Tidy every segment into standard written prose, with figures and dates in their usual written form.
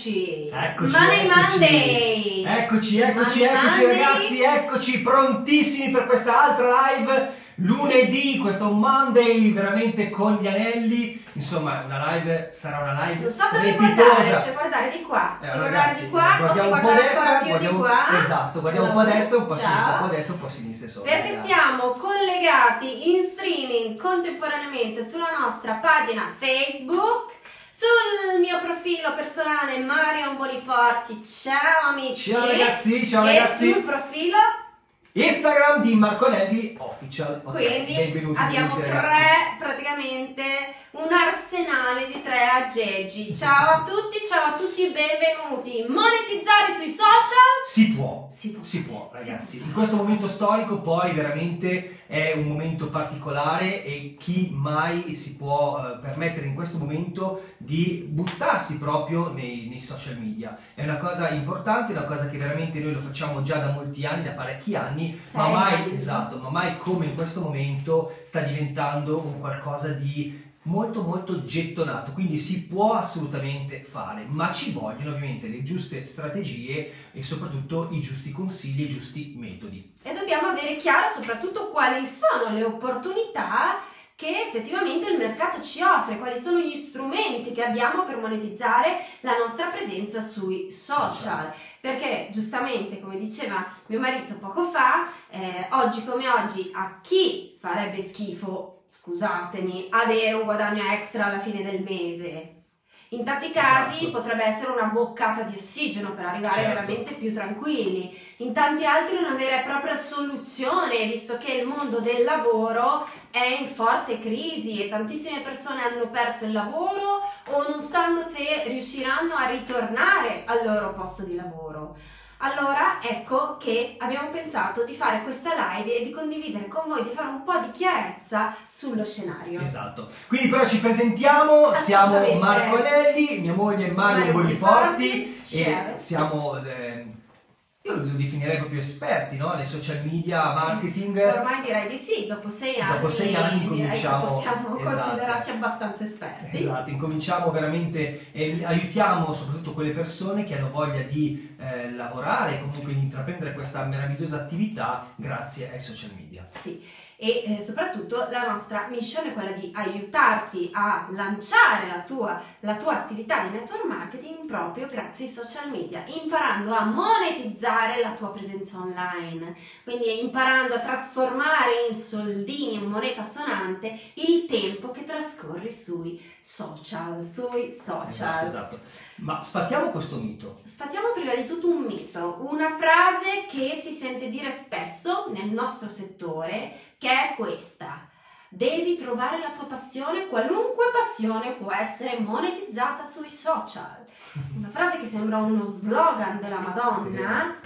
Eccoci! Money Monday! Eccoci ragazzi, eccoci prontissimi per questa altra live lunedì, questo Monday veramente con gli anelli. Insomma, sarà una live non so dove strepitosa. se guardare di qua, se ragazzi, guardare di qua, o se guardare ancora più di qua. Esatto, guardiamo un po' a destra, un po' a sinistra, un po' a destra, un po' a sinistra. Insomma, perché ragazzi, siamo collegati in streaming contemporaneamente sulla nostra pagina Facebook, sul mio profilo personale Marion Boniforti. Ciao amici! Ciao ragazzi, ciao ragazzi! E sul profilo Instagram di Marconelli Official. Quindi benvenuti, abbiamo praticamente un arsenale di 3 aggeggi. Ciao a tutti, benvenuti. Monetizzare sui social? Si può ragazzi. In questo momento storico poi veramente è un momento particolare e chi mai si può permettere in questo momento di buttarsi proprio nei social media. È una cosa importante, una cosa che veramente noi lo facciamo già da molti anni, da parecchi anni, ma mai come in questo momento sta diventando un qualcosa di molto gettonato, quindi si può assolutamente fare, ma ci vogliono ovviamente le giuste strategie e soprattutto i giusti consigli e i giusti metodi. E dobbiamo avere chiaro soprattutto quali sono le opportunità che effettivamente il mercato ci offre, quali sono gli strumenti che abbiamo per monetizzare la nostra presenza sui social. Perché giustamente, come diceva mio marito poco fa, oggi come oggi a chi farebbe schifo, scusatemi, avere un guadagno extra alla fine del mese? In tanti casi potrebbe essere una boccata di ossigeno per arrivare veramente più tranquilli, in tanti altri una vera e propria soluzione, visto che il mondo del lavoro è in forte crisi e tantissime persone hanno perso il lavoro o non sanno se riusciranno a ritornare al loro posto di lavoro. Allora ecco che abbiamo pensato di fare questa live e di condividere con voi, di fare un po' di chiarezza sullo scenario. Esatto, quindi però ci presentiamo, siamo Marconelli, mia moglie Marion Boniforti e siamo, io lo definirei proprio esperti, no? Nei social media, marketing. Ormai direi di sì, dopo 6 anni. Dopo 6 anni cominciamo. Possiamo considerarci abbastanza esperti. Esatto, incominciamo veramente e aiutiamo soprattutto quelle persone che hanno voglia di lavorare, comunque di intraprendere questa meravigliosa attività grazie ai social media. Sì. E soprattutto la nostra mission è quella di aiutarti a lanciare la tua attività di network marketing proprio grazie ai social media, imparando a monetizzare la tua presenza online, quindi imparando a trasformare in soldini, in moneta sonante, il tempo che trascorri sui social. Esatto. Ma sfattiamo questo mito. Sfattiamo prima di tutto un mito, una frase che si sente dire spesso nel nostro settore, che è questa: devi trovare la tua passione, qualunque passione può essere monetizzata sui social. Una frase che sembra uno slogan della Madonna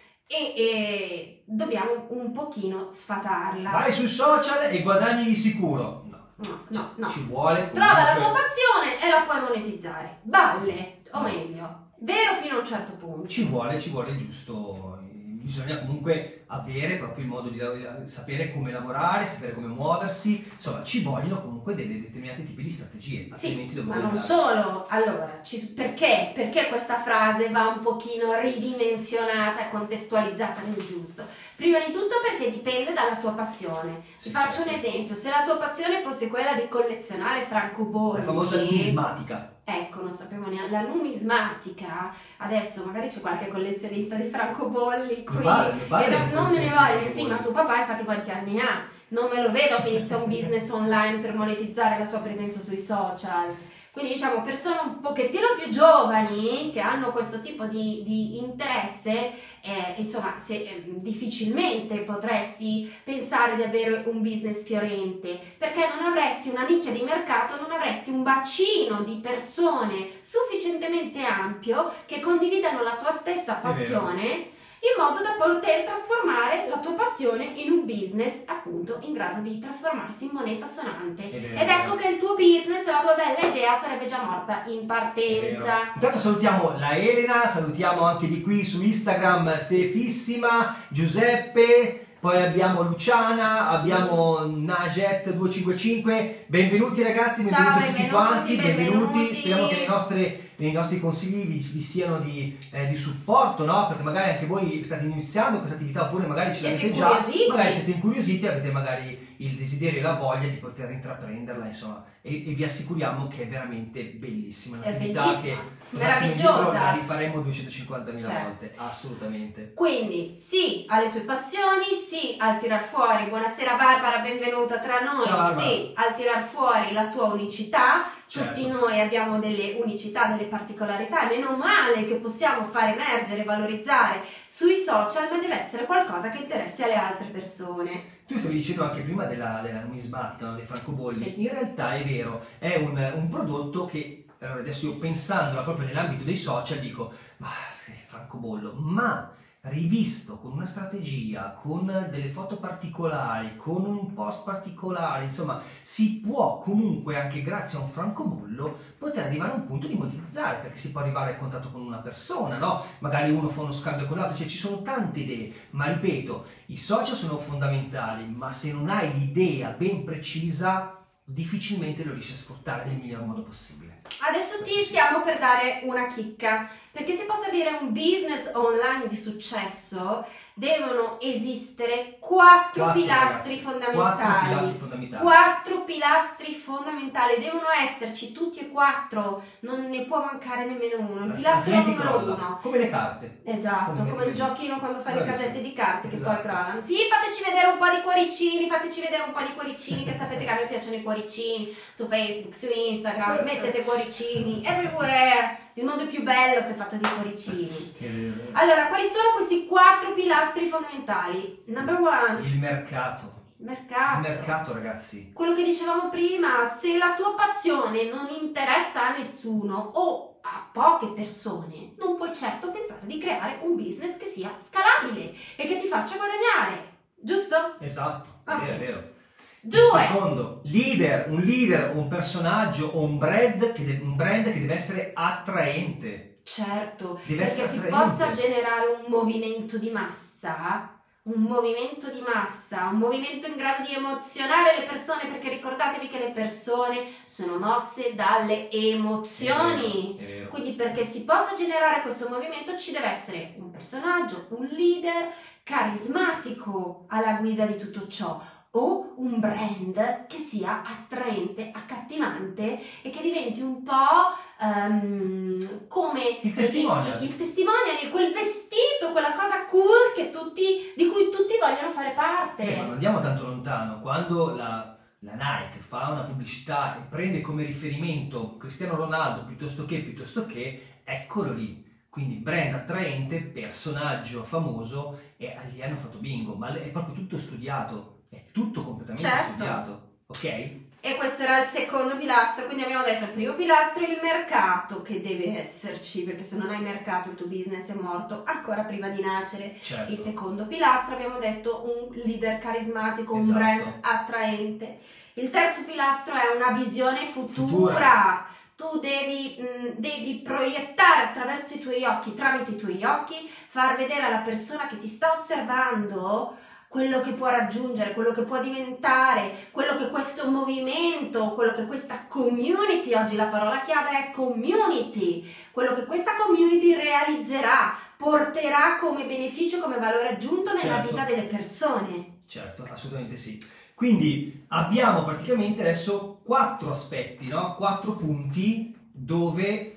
e dobbiamo un pochino sfatarla. Vai sui social e guadagni di sicuro. No. Ci vuole. Trova la tua passione e la puoi monetizzare. Valle, o meglio, vero fino a un certo punto. Ci vuole il giusto. Bisogna comunque avere proprio il modo di sapere come lavorare, sapere come muoversi, insomma ci vogliono comunque delle determinate tipi di strategie, altrimenti ma non solo. Allora, perché questa frase va un pochino ridimensionata e contestualizzata nel giusto? Prima di tutto perché dipende dalla tua passione. Ti faccio un esempio: se la tua passione fosse quella di collezionare francobolli, la famosa numismatica. Ecco, non sapevo neanche la numismatica. Adesso magari c'è qualche collezionista di francobolli qui non me ne voglio. Sì, ma tuo papà infatti quanti anni ha? Non me lo vedo che inizia un business online per monetizzare la sua presenza sui social. Quindi diciamo persone un pochettino più giovani che hanno questo tipo di interesse, insomma difficilmente potresti pensare di avere un business fiorente, perché non avresti una nicchia di mercato, non avresti un bacino di persone sufficientemente ampio che condividano la tua stessa passione, in modo da poter trasformare la tua passione in un business appunto in grado di trasformarsi in moneta sonante. Ed ecco che il tuo business, la tua bella idea sarebbe già morta in partenza. Intanto salutiamo la Elena, salutiamo anche di qui su Instagram Stefissima, Giuseppe, poi abbiamo Luciana, abbiamo Najet255, benvenuti ragazzi, benvenuti a tutti quanti, benvenuti, speriamo che le nei nostri consigli vi siano di supporto, no? Perché magari anche voi state iniziando questa attività, oppure magari ce l'avete già, magari siete incuriositi e avete magari il desiderio e la voglia di poter intraprenderla, insomma, e vi assicuriamo che è veramente bellissima, un'attività che meravigliosa, la rifaremo 250.000 volte, assolutamente. Quindi sì alle tue passioni, sì al tirar fuori, buonasera Barbara, benvenuta tra noi. Ciao, sì al tirar fuori la tua unicità. Certo. Tutti noi abbiamo delle unicità, delle particolarità, e meno male che possiamo far emergere, valorizzare sui social, ma deve essere qualcosa che interessi alle altre persone. Tu stavi dicendo anche prima della numismatica, no? Dei francobolli. Sì. In realtà è vero, è un prodotto che adesso io pensandola proprio nell'ambito dei social dico, ma francobollo, ma rivisto con una strategia, con delle foto particolari, con un post particolare, insomma, si può comunque anche grazie a un francobollo poter arrivare a un punto di monetizzare, perché si può arrivare al contatto con una persona, no? Magari uno fa uno scambio con l'altro, cioè ci sono tante idee, ma ripeto, i social sono fondamentali, ma se non hai l'idea ben precisa, difficilmente lo riesci a sfruttare nel miglior modo possibile. Adesso ti stiamo per dare una chicca, perché se possa avere un business online di successo devono esistere quattro pilastri fondamentali. Quattro pilastri fondamentali, devono esserci tutti e quattro, non ne può mancare nemmeno uno. Il pilastro numero uno. Come le carte. Esatto, come il giochino quando fai le casette di carte che esatto. poi crollano. Sì, fateci vedere un po' di cuoricini, che sapete che a me piacciono i cuoricini, su Facebook, su Instagram, mettete cuoricini, everywhere. Il mondo è più bello se è fatto di cuoricini. Allora, quali sono questi quattro pilastri fondamentali? Number one. Il mercato. Il mercato, ragazzi. Quello che dicevamo prima, se la tua passione non interessa a nessuno o a poche persone, non puoi certo pensare di creare un business che sia scalabile e che ti faccia guadagnare, giusto? Esatto, Okay. È vero. Due. Il secondo, un leader, un personaggio o un brand che deve essere attraente. Certo, deve perché si possa generare un movimento di massa, un movimento in grado di emozionare le persone, perché ricordatevi che le persone sono mosse dalle emozioni. È vero. Quindi perché si possa generare questo movimento ci deve essere un personaggio, un leader carismatico alla guida di tutto ciò, o un brand che sia attraente, accattivante e che diventi un po' come il testimonial, quel vestito, quella cosa cool di cui tutti vogliono fare parte. Ma non andiamo tanto lontano, quando la Nike fa una pubblicità e prende come riferimento Cristiano Ronaldo piuttosto che, eccolo lì. Quindi brand attraente, personaggio famoso, e lì hanno fatto bingo, ma è proprio tutto studiato. È tutto completamente studiato, ok? E questo era il secondo pilastro, quindi abbiamo detto il primo pilastro è il mercato che deve esserci, perché se non hai mercato il tuo business è morto ancora prima di nascere. Certo. Il secondo pilastro abbiamo detto un leader carismatico, esatto. Un brand attraente. Il terzo pilastro è una visione futura. Tu devi proiettare attraverso i tuoi occhi, tramite i tuoi occhi, far vedere alla persona che ti sta osservando quello che può raggiungere, quello che può diventare, quello che questo movimento, quello che questa community, oggi la parola chiave è community, quello che questa community realizzerà, porterà come beneficio, come valore aggiunto nella vita delle persone. Certo, assolutamente sì. Quindi abbiamo praticamente adesso 4 aspetti, no? 4 punti dove...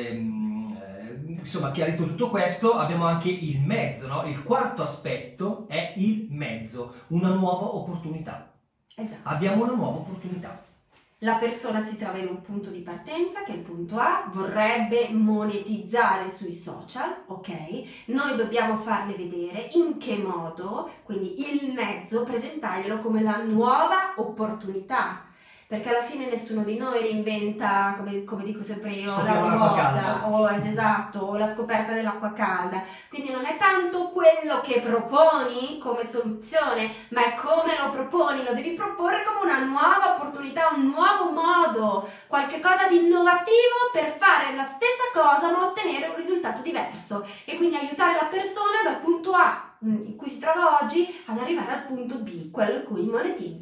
insomma, chiarito tutto questo, abbiamo anche il mezzo, no? Il quarto aspetto è il mezzo, una nuova opportunità. Esatto. Abbiamo una nuova opportunità. La persona si trova in un punto di partenza, che è il punto A, vorrebbe monetizzare sui social, ok? Noi dobbiamo farle vedere in che modo, quindi il mezzo, presentarglielo come la nuova opportunità. Perché alla fine nessuno di noi reinventa, come dico sempre io, la ruota, o la scoperta dell'acqua calda. Quindi non è tanto quello che proponi come soluzione, ma è come lo proponi. Lo devi proporre come una nuova opportunità, un nuovo modo, qualche cosa di innovativo per fare la stessa cosa ma ottenere un risultato diverso. E quindi aiutare la persona dal punto A in cui si trova oggi ad arrivare al punto B, quello in cui monetizza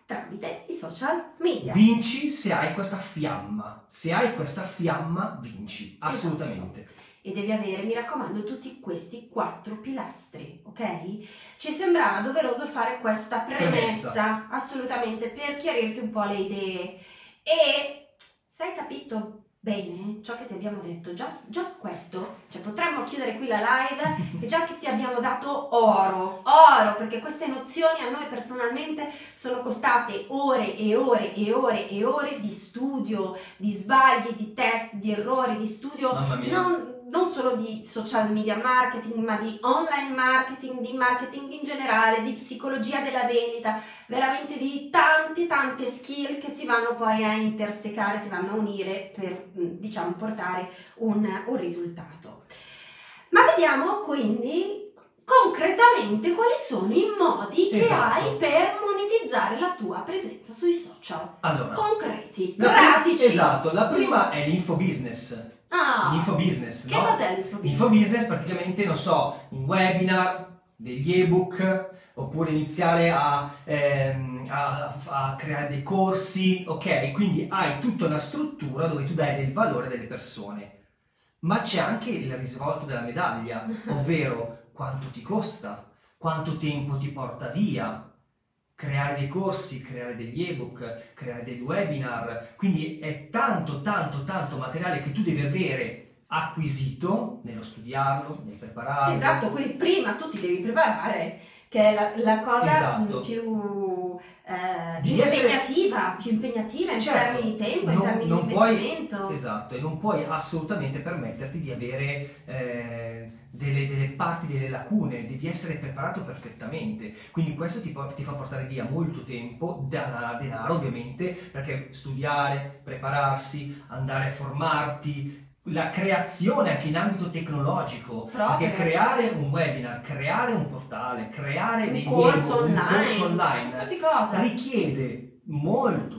tramite i social media. Vinci se hai questa fiamma. Se hai questa fiamma, vinci. Assolutamente. Esatto. E devi avere, mi raccomando, tutti questi 4 pilastri, ok? Ci sembrava doveroso fare questa premessa, assolutamente, per chiarirti un po' le idee. E se hai capito bene ciò che ti abbiamo detto, già questo, cioè potremmo chiudere qui la live, che già che ti abbiamo dato oro, perché queste nozioni a noi personalmente sono costate ore e ore e ore e ore di studio, di sbagli, di test, di errori, di studio, non solo di social media marketing, ma di online marketing, di marketing in generale, di psicologia della vendita, veramente di tante skill che si vanno poi a intersecare, si vanno a unire per, diciamo, portare un risultato. Ma vediamo quindi concretamente quali sono i modi che hai per monetizzare la tua presenza sui social. Allora, concreti, pratici. Esatto, la prima è l'infobusiness. L'infobusiness, che no? cos'è l'infobusiness? L'infobusiness praticamente, non so, un webinar, degli ebook, oppure iniziare a creare dei corsi, ok? Quindi hai tutta una struttura dove tu dai del valore delle persone. Ma c'è anche il risvolto della medaglia, ovvero quanto ti costa, quanto tempo ti porta via creare dei corsi, creare degli ebook, creare dei webinar. Quindi è tanto materiale che tu devi avere acquisito nello studiarlo, nel prepararlo. Sì, esatto, quindi prima tu ti devi preparare, che è la cosa più impegnativa, in termini di tempo, in termini di investimento. Esatto, e non puoi assolutamente permetterti di avere delle parti, delle lacune, devi essere preparato perfettamente. Quindi questo ti fa portare via molto tempo, denaro ovviamente, perché studiare, prepararsi, andare a formarti, la creazione anche in ambito tecnologico, perché creare un webinar, creare un portale, creare un corso online qualsiasi cosa richiede molto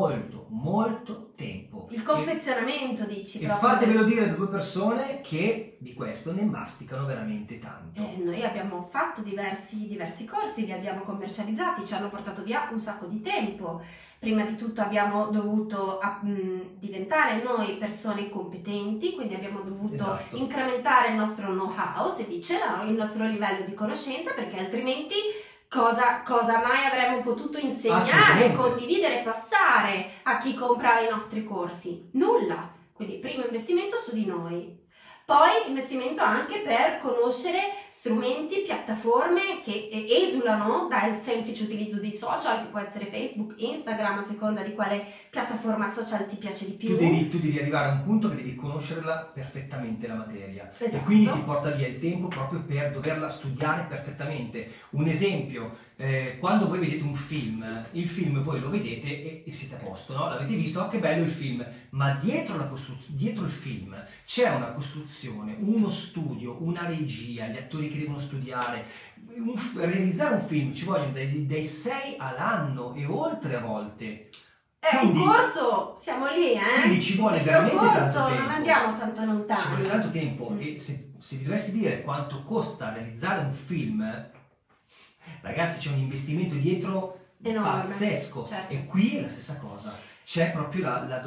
tempo. Il confezionamento, dici. E fatevelo dire da 2 persone che di questo ne masticano veramente tanto. Noi abbiamo fatto diversi corsi, li abbiamo commercializzati, ci hanno portato via un sacco di tempo. Prima di tutto abbiamo dovuto diventare noi persone competenti, quindi abbiamo dovuto incrementare il nostro know-how, si dice, il nostro livello di conoscenza, perché altrimenti cosa mai avremmo potuto insegnare, condividere, passare a chi comprava i nostri corsi? Nulla. Quindi primo investimento su di noi. Poi investimento anche per conoscere strumenti, piattaforme che esulano dal semplice utilizzo dei social, che può essere Facebook, Instagram, a seconda di quale piattaforma social ti piace di più. Tu devi arrivare a un punto che devi conoscerla perfettamente la materia. E quindi ti porta via il tempo proprio per doverla studiare perfettamente. Un esempio, quando voi vedete un film, il film voi lo vedete e siete a posto, no? L'avete visto, oh che bello il film, ma dietro il film c'è una costruzione, uno studio, una regia, gli attori che devono studiare. Realizzare un film ci vogliono dai 6 all'anno e oltre a volte. Quindi, un corso, siamo lì, Quindi ci vuole veramente tanto tempo. Non andiamo tanto lontano. Ci vuole tanto tempo e se vi dovessi dire quanto costa realizzare un film, ragazzi, c'è un investimento dietro enorme, pazzesco. Certo. E qui è la stessa cosa. C'è proprio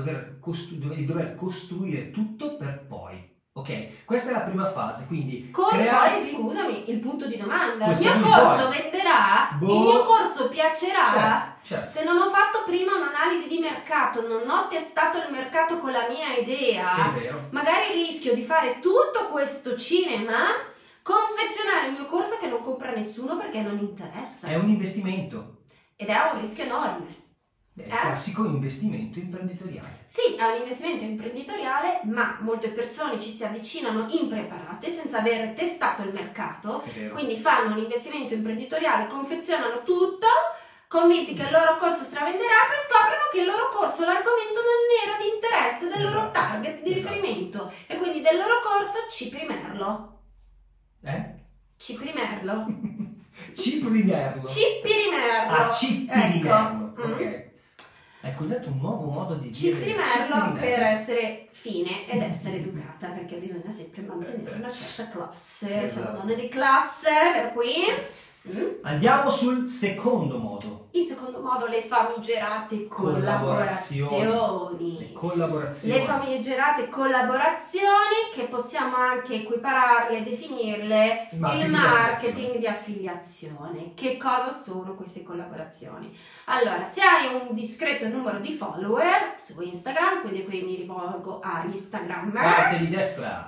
il dover costruire tutto per poi. Ok, questa è la prima fase, quindi poi, scusami, il punto di domanda. Il mio corso venderà? Il mio corso piacerà? Certo. Se non ho fatto prima un'analisi di mercato, non ho testato il mercato con la mia idea, è vero. Magari rischio di fare tutto questo cinema, confezionare il mio corso che non compra nessuno perché non interessa. È un investimento. Ed è un rischio enorme. È il classico investimento imprenditoriale. Sì, è un investimento imprenditoriale, ma molte persone ci si avvicinano impreparate, senza aver testato il mercato, quindi fanno un investimento imprenditoriale, confezionano tutto, convinti che il loro corso stravenderà, poi scoprono che il loro corso, l'argomento non era di interesse del loro target di riferimento, e quindi del loro corso ciprimerlo. Ciprimerlo. Ciprimerlo. Ok. Ecco, ho detto un nuovo modo di dire ciprimerlo per essere fine ed essere educata, perché bisogna sempre mantenere una certa classe. Siamo donne di classe, per cui Andiamo sul secondo modo. Il secondo modo, le famigerate collaborazioni. Le famigerate collaborazioni, che possiamo anche equipararle, definirle il marketing di affiliazione. Che cosa sono queste collaborazioni? Allora, se hai un discreto numero di follower su Instagram, quindi qui mi rivolgo agli Instagrammer. Parte di destra.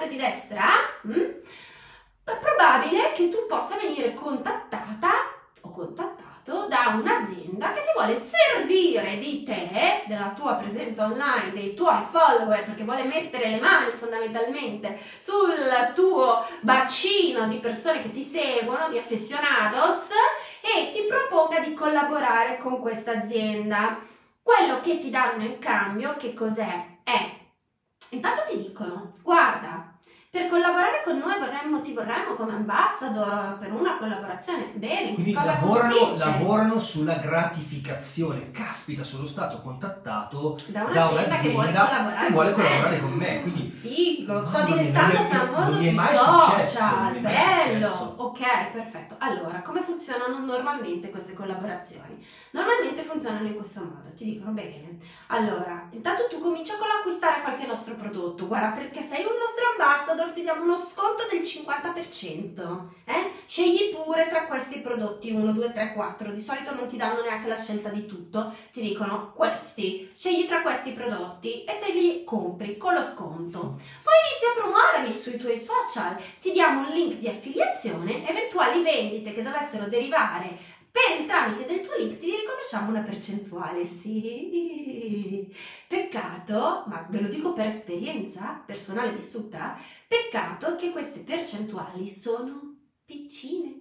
È probabile che tu possa venire contattata o contattato da un'azienda che si vuole servire di te, della tua presenza online, dei tuoi follower, perché vuole mettere le mani fondamentalmente sul tuo bacino di persone che ti seguono, di aficionados, e ti proponga di collaborare con questa azienda. Quello che ti danno in cambio, che cos'è? Intanto ti dicono: guarda, per collaborare con noi ti vorremmo come ambassador per una collaborazione. Bene, quindi cosa consiste? lavorano sulla gratificazione. Caspita, sono stato contattato da un'azienda che vuole collaborare con me. Quindi, figo, sto diventando famoso sui social. Bello. Ok, perfetto. Allora, come funzionano normalmente queste collaborazioni? Normalmente funzionano in questo modo. Ti dicono: bene, allora, intanto tu comincia con l'acquistare qualche nostro prodotto. Guarda, perché sei un nostro ambassador, ti diamo uno sconto del 50%. Scegli pure tra questi prodotti 1, 2, 3, 4. Di solito non ti danno neanche la scelta di tutto, ti dicono questi. Scegli tra questi prodotti e te li compri con lo sconto. Poi inizi a promuoverli sui tuoi social. Ti diamo un link di affiliazione, eventuali vendite che dovessero derivare per il tramite del tuo link ti riconosciamo una percentuale. Sì, peccato, ma ve lo dico per esperienza personale vissuta, peccato che queste percentuali sono piccine,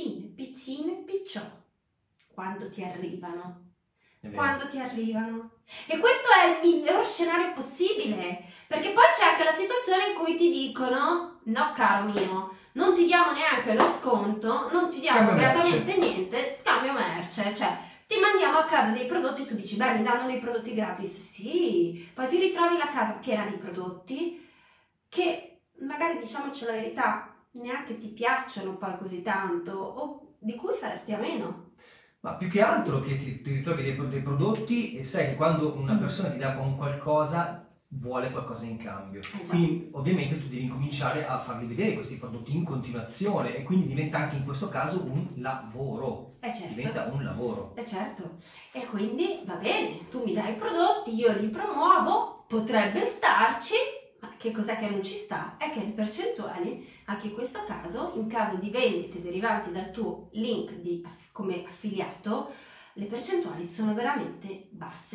quando ti arrivano. E questo è il miglior scenario possibile, perché poi c'è anche la situazione in cui ti dicono: no caro mio, non ti diamo neanche lo sconto, non ti diamo immediatamente niente, scambio merce, cioè ti mandiamo a casa dei prodotti. Tu dici: beh, mi danno dei prodotti gratis. Sì, poi ti ritrovi la casa piena di prodotti che magari, diciamoci la verità, neanche ti piacciono poi così tanto, o di cui faresti a meno. Ma più che altro che ti ritrovi dei prodotti e sai che quando una persona ti dà un qualcosa vuole qualcosa in cambio. Quindi ovviamente tu devi incominciare a farli vedere questi prodotti in continuazione e quindi diventa anche in questo caso un lavoro. Certo. Diventa un lavoro. Certo. E quindi va bene, tu mi dai i prodotti, io li promuovo, potrebbe starci, ma che cos'è che non ci sta? È che le percentuali, anche in questo caso, in caso di vendite derivanti dal tuo link come affiliato, le percentuali sono veramente basse.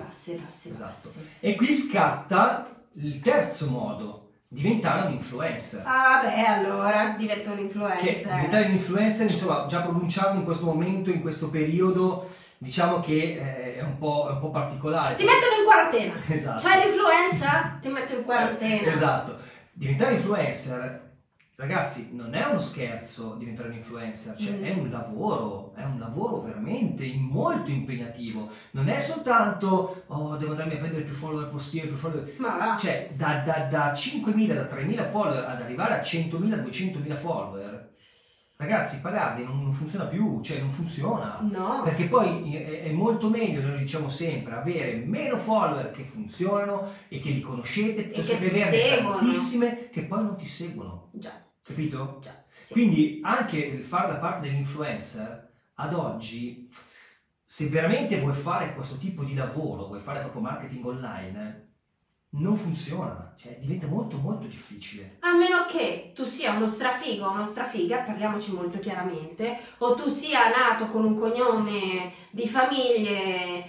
Esatto. E qui scatta il terzo modo: diventare un influencer. Allora diventa un influencer. Diventare un influencer, insomma, già pronunciarlo in questo momento, in questo periodo, diciamo che è un po' particolare. Ti mettono in quarantena. Esatto. C'hai l'influenza? Ti metto in quarantena. Esatto. Diventare influencer, ragazzi, non è uno scherzo diventare un influencer, cioè è un lavoro veramente molto impegnativo. Non è soltanto devo andarmi a prendere più follower possibile, cioè da 5.000, da 3.000 follower ad arrivare a 100.000, 200.000 follower. Ragazzi, pagarli non funziona più, cioè non funziona. No. Perché poi è molto meglio, noi lo diciamo sempre, avere meno follower che funzionano e che li conoscete, piuttosto che averne tantissime che poi non ti seguono. Già. Capito? Già, sì. Quindi anche il fare da parte dell'influencer ad oggi, se veramente vuoi fare questo tipo di lavoro, vuoi fare proprio marketing online, non funziona, cioè diventa molto difficile. A meno che tu sia uno strafigo o una strafiga, parliamoci molto chiaramente, o tu sia nato con un cognome di famiglie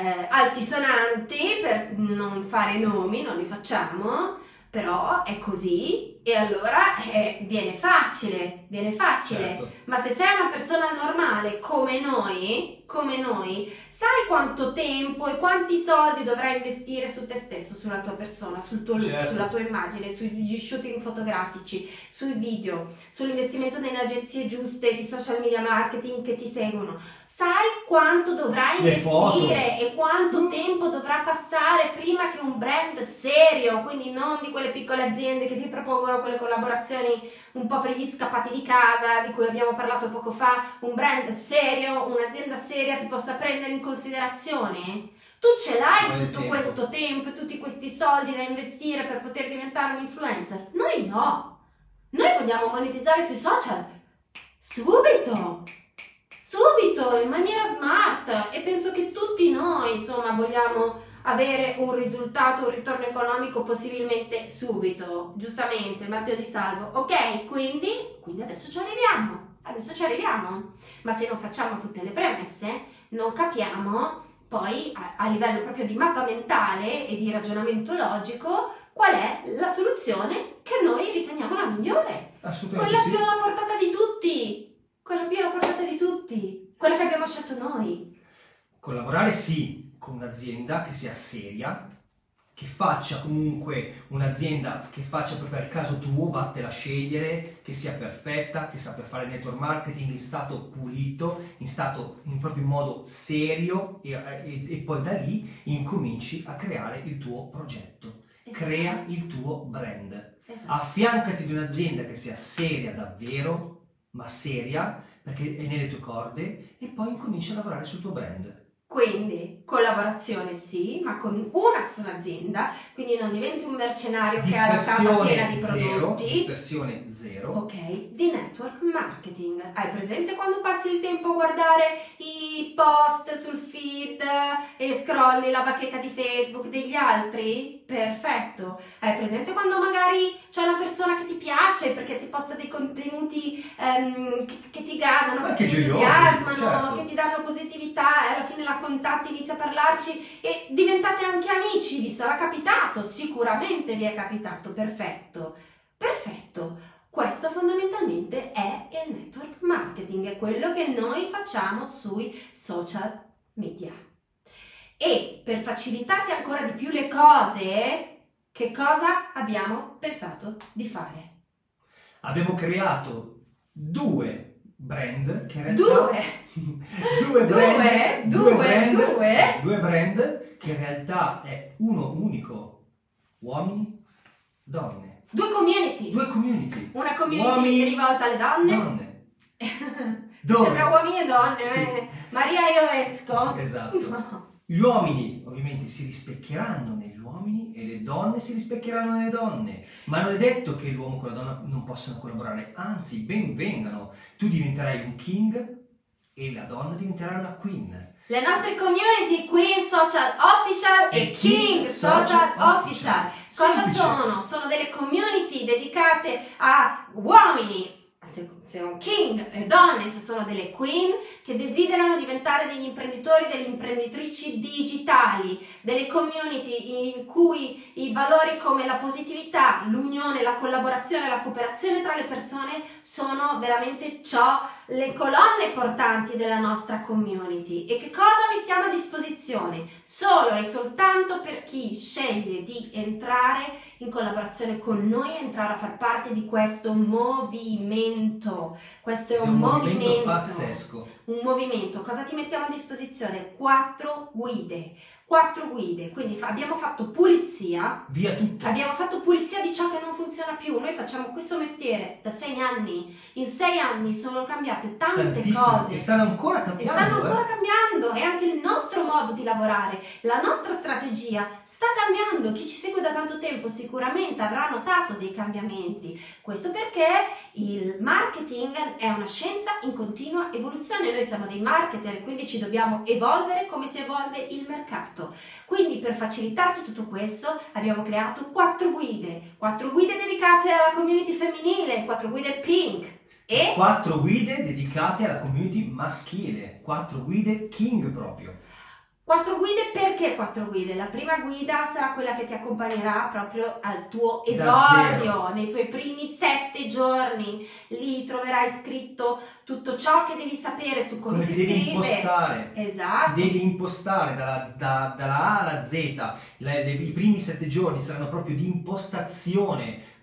altisonanti, per non fare nomi, non li facciamo, però è così. E allora viene facile. Certo. Ma se sei una persona normale come noi, sai quanto tempo e quanti soldi dovrai investire su te stesso, sulla tua persona, sul tuo look, certo, sulla tua immagine, sugli shooting fotografici, sui video, sull'investimento nelle agenzie giuste di social media marketing che ti seguono. Sai quanto dovrai investire e quanto tempo dovrà passare prima che un brand serio, quindi non di quelle piccole aziende che ti propongono nuovo con le collaborazioni un po' per gli scappati di casa, di cui abbiamo parlato poco fa, un brand serio, un'azienda seria ti possa prendere in considerazione? Tu ce l'hai tutto questo tempo e tutti questi soldi da investire per poter diventare un influencer? Noi no. Noi vogliamo monetizzare sui social subito, in maniera smart, e penso che tutti noi, insomma, vogliamo avere un risultato, un ritorno economico possibilmente subito. Giustamente, Matteo Di Salvo. Ok, quindi adesso ci arriviamo. Ma se non facciamo tutte le premesse, non capiamo poi a livello proprio di mappa mentale e di ragionamento logico qual è la soluzione che noi riteniamo la migliore. Assolutamente Quella più alla portata di tutti. Quella che abbiamo scelto noi. Collaborare sì con un'azienda che sia seria, che faccia comunque un'azienda che faccia proprio al caso tuo, vattela a scegliere, che sia perfetta, che sappia fare network marketing in stato pulito, in proprio modo serio, e poi da lì incominci a creare il tuo progetto. Esatto. Crea il tuo brand. Esatto. Affiancati di un'azienda che sia seria davvero, ma seria, perché è nelle tue corde, e poi incominci a lavorare sul tuo brand. Quindi collaborazione sì, ma con una sola azienda, quindi non diventi un mercenario che ha la casa piena di prodotti. Dispersione zero. Ok, di network marketing. Hai presente quando passi il tempo a guardare i post sul feed e scrolli la bacheca di Facebook degli altri? Perfetto. Hai presente quando magari c'è una persona che ti piace perché ti posta dei contenuti che ti gasano, che ti entusiasmano, certo, che ti danno positività, e alla fine la contatti, inizi a parlarci e diventate anche amici, vi sarà capitato, sicuramente vi è capitato. Perfetto. Questo fondamentalmente è il network marketing, è quello che noi facciamo sui social media. E per facilitarti ancora di più le cose, che cosa abbiamo pensato di fare? Abbiamo creato due brand che in realtà due brand che in realtà è uno unico: uomini, donne. Due community. Una community uomini, rivolta alle donne. Sembra uomini e donne. Sì. Maria, io esco. Esatto. No. Gli uomini ovviamente si rispecchieranno negli uomini e le donne si rispecchieranno nelle donne, ma non è detto che l'uomo con la donna non possano collaborare, anzi ben vengano. Tu diventerai un king e la donna diventerà una queen. Le nostre community, Queen Social Official e King Social Official. Cosa sono? Sono delle community dedicate a uomini, se sono king, e donne, se sono delle queen, che desiderano diventare degli imprenditori, delle imprenditrici digitali, delle community in cui i valori come la positività, l'unione, la collaborazione, la cooperazione tra le persone sono veramente le colonne portanti della nostra community. E che cosa mettiamo a disposizione? Solo e soltanto per chi sceglie di entrare in collaborazione con noi, entrare a far parte di questo movimento. Questo è un movimento pazzesco. Un movimento. Cosa ti mettiamo a disposizione? 4 guide, quindi abbiamo fatto pulizia, via tutto. Abbiamo fatto pulizia di ciò che non funziona più. Noi facciamo questo mestiere da 6 anni. In 6 anni sono cambiate tante cose. E stanno ancora cambiando. E anche il nostro modo di lavorare, la nostra strategia sta cambiando. Chi ci segue da tanto tempo sicuramente avrà notato dei cambiamenti. Questo perché il marketing è una scienza in continua evoluzione. Noi siamo dei marketer, quindi ci dobbiamo evolvere come si evolve il mercato. Quindi per facilitarti tutto questo abbiamo creato 4 guide dedicate alla community femminile, 4 guide pink e 4 guide dedicate alla community maschile, 4 guide king proprio. 4 guide, perché 4 guide? La prima guida sarà quella che ti accompagnerà proprio al tuo esordio, nei tuoi primi 7 giorni. Lì troverai scritto tutto ciò che devi sapere su come si devi scrive. Impostare. Esatto. Devi impostare dalla A alla Z. I primi 7 giorni saranno proprio di impostazione.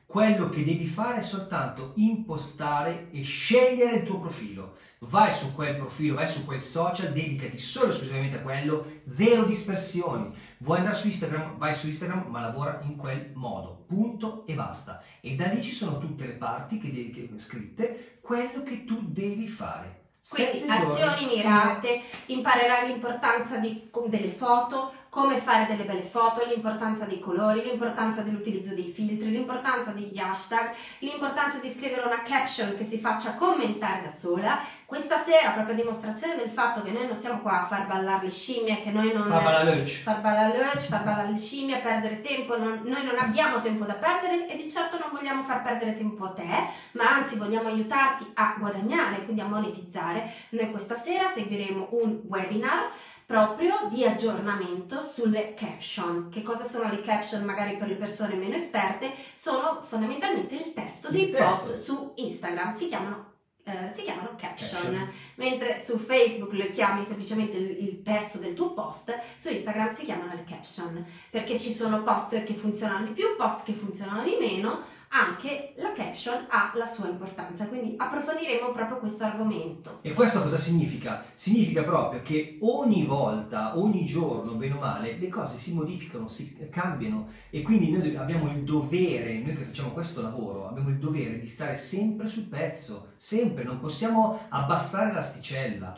quello che devi fare è soltanto impostare e scegliere il tuo profilo. Vai su quel profilo, vai su quel social, dedicati solo e esclusivamente a quello, zero dispersioni. Vuoi andare su Instagram? Vai su Instagram, ma lavora in quel modo, punto e basta. E da lì ci sono tutte le parti che scritte, quello che tu devi fare. Quindi azioni mirate, imparerai l'importanza delle foto, come fare delle belle foto, l'importanza dei colori, l'importanza dell'utilizzo dei filtri, l'importanza degli hashtag, l'importanza di scrivere una caption che si faccia commentare da sola. Questa sera proprio dimostrazione del fatto che noi non siamo qua a far ballare le scimmie, che noi non far ballare le scimmie, a perdere tempo, noi non abbiamo tempo da perdere e di certo non vogliamo far perdere tempo a te, ma anzi vogliamo aiutarti a guadagnare, quindi a monetizzare. Noi questa sera seguiremo un webinar proprio di aggiornamento sulle caption. Che cosa sono le caption? Magari per le persone meno esperte sono fondamentalmente il testo dei post su Instagram, si chiamano caption, mentre su Facebook le chiami semplicemente il testo del tuo post, su Instagram si chiamano le caption, perché ci sono post che funzionano di più, post che funzionano di meno. Anche la caption ha la sua importanza, quindi approfondiremo proprio questo argomento. E questo cosa significa? Significa proprio che ogni volta, ogni giorno, bene o male, le cose si modificano, si cambiano e quindi noi abbiamo il dovere, noi che facciamo questo lavoro, abbiamo il dovere di stare sempre sul pezzo, sempre, non possiamo abbassare l'asticella.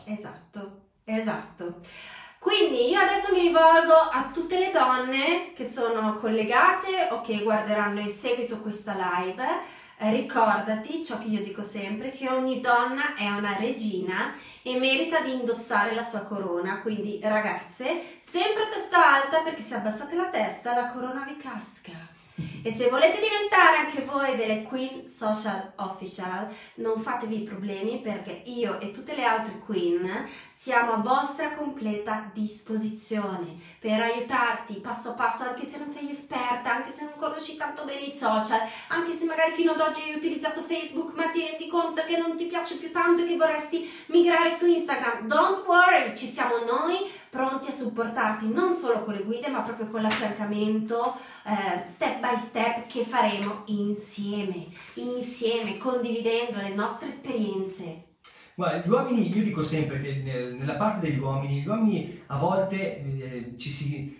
Esatto. Quindi io adesso mi rivolgo a tutte le donne che sono collegate o che guarderanno in seguito questa live. Ricordati ciò che io dico sempre, che ogni donna è una regina e merita di indossare la sua corona. Quindi ragazze, sempre a testa alta, perché se abbassate la testa la corona vi casca. E se volete diventare anche voi delle Queen Social Official, non fatevi problemi, perché io e tutte le altre Queen siamo a vostra completa disposizione per aiutarti passo a passo, anche se non sei esperta, anche se non conosci tanto bene i social, anche se magari fino ad oggi hai utilizzato Facebook ma ti rendi conto che non ti piace più tanto e che vorresti migrare su Instagram. Don't worry, ci siamo noi pronti a supportarti non solo con le guide ma proprio con l'affiancamento step by step che faremo insieme, condividendo le nostre esperienze. Guarda, gli uomini, io dico sempre che nella parte degli uomini, gli uomini a volte ci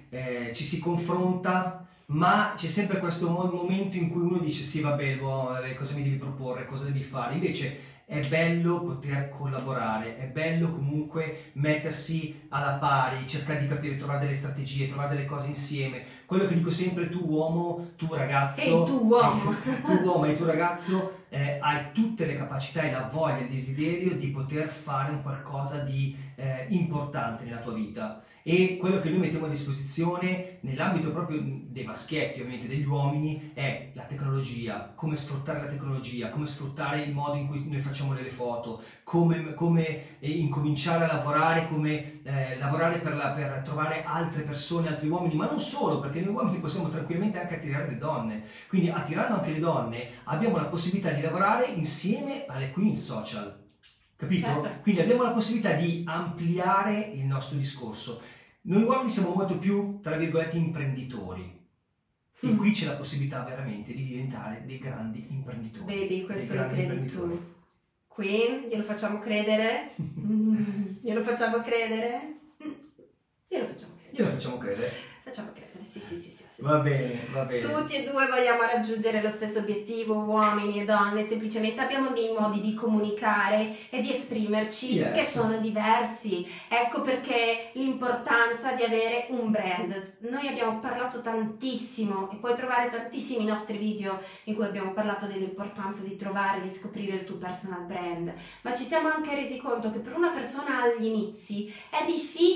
si confronta, ma c'è sempre questo momento in cui uno dice sì vabbè, cosa mi devi proporre, cosa devi fare, invece è bello poter collaborare, è bello comunque mettersi alla pari, cercare di capire, trovare delle strategie, trovare delle cose insieme. Quello che dico sempre, tu uomo, tu ragazzo, tu uomo e tu ragazzo, hai tutte le capacità e la voglia e il desiderio di poter fare un qualcosa di importante nella tua vita. E quello che noi mettiamo a disposizione nell'ambito proprio dei maschietti, ovviamente degli uomini, è la tecnologia, come sfruttare la tecnologia, come sfruttare il modo in cui noi facciamo delle foto, come incominciare a lavorare, come lavorare per trovare altre persone, altri uomini, ma non solo, perché noi uomini possiamo tranquillamente anche attirare le donne. Quindi attirando anche le donne abbiamo la possibilità di lavorare insieme alle Queen Social. Capito? Certo. Quindi abbiamo la possibilità di ampliare il nostro discorso. Noi uomini siamo molto più, tra virgolette, imprenditori. E qui c'è la possibilità veramente di diventare dei grandi imprenditori. Vedi, questo lo credi tu. Queen, glielo facciamo credere? Glielo facciamo credere? Glielo facciamo credere. Facciamo credere, sì. Va bene. Tutti e due vogliamo raggiungere lo stesso obiettivo, uomini e donne, semplicemente abbiamo dei modi di comunicare e di esprimerci che sono diversi. Ecco perché l'importanza di avere un brand. Noi abbiamo parlato tantissimo e puoi trovare tantissimi nostri video in cui abbiamo parlato dell'importanza di trovare, di scoprire il tuo personal brand, ma ci siamo anche resi conto che per una persona agli inizi è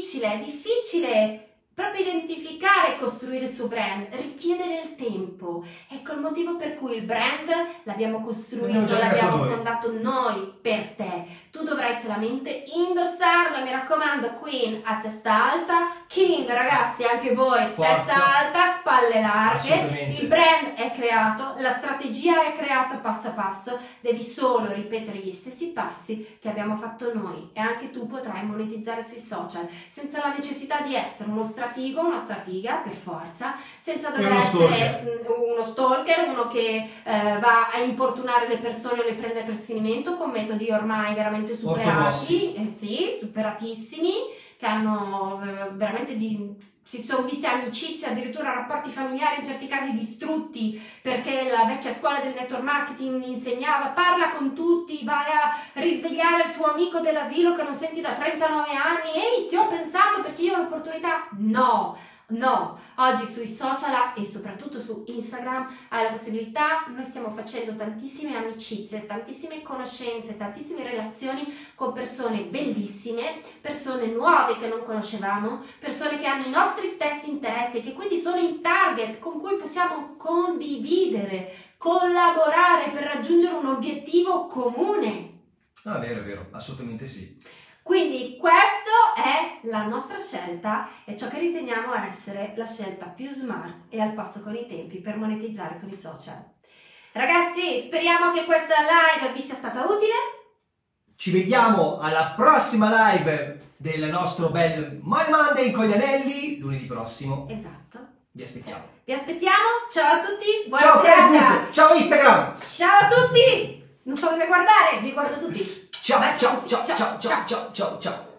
difficile proprio identificare e costruire il suo brand, richiede del tempo. Ecco il motivo per cui il brand l'abbiamo costruito, l'abbiamo fondato noi per te. Tu dovrai solamente indossare indossarlo, mi raccomando, Queen a testa alta, King ragazzi anche voi, Forza. testa alta, spalle larghe, Assolutamente. il brand è creato, la strategia è creata passo a passo, devi solo ripetere gli stessi passi che abbiamo fatto noi e anche tu potrai monetizzare sui social senza la necessità di essere uno strafigo, una strafiga per forza, senza dover essere uno stalker, uno che va a importunare le persone o le prende per sfinimento con metodi ormai veramente superati, sì, superatissimi, che hanno veramente si sono viste amicizie, addirittura rapporti familiari in certi casi distrutti, perché la vecchia scuola del network marketing mi insegnava parla con tutti, vai a risvegliare il tuo amico dell'asilo che non senti da 39 anni, ehi ti ho pensato perché io ho l'opportunità. No, oggi sui social e soprattutto su Instagram hai la possibilità, noi stiamo facendo tantissime amicizie, tantissime conoscenze, tantissime relazioni con persone bellissime, persone nuove che non conoscevamo, persone che hanno i nostri stessi interessi, che quindi sono in target, con cui possiamo condividere, collaborare per raggiungere un obiettivo comune. Ah, vero, assolutamente sì. Quindi questa è la nostra scelta e ciò che riteniamo essere la scelta più smart e al passo con i tempi per monetizzare con i social. Ragazzi, speriamo che questa live vi sia stata utile. Ci vediamo alla prossima live del nostro bel Money Monday con gli anelli lunedì prossimo. Esatto. Vi aspettiamo. Vi aspettiamo. Ciao a tutti. Buona Ciao serata. Facebook, ciao Instagram. Ciao a tutti. Non so dove guardare, vi guardo tutti. Ciao, Bye, ciao.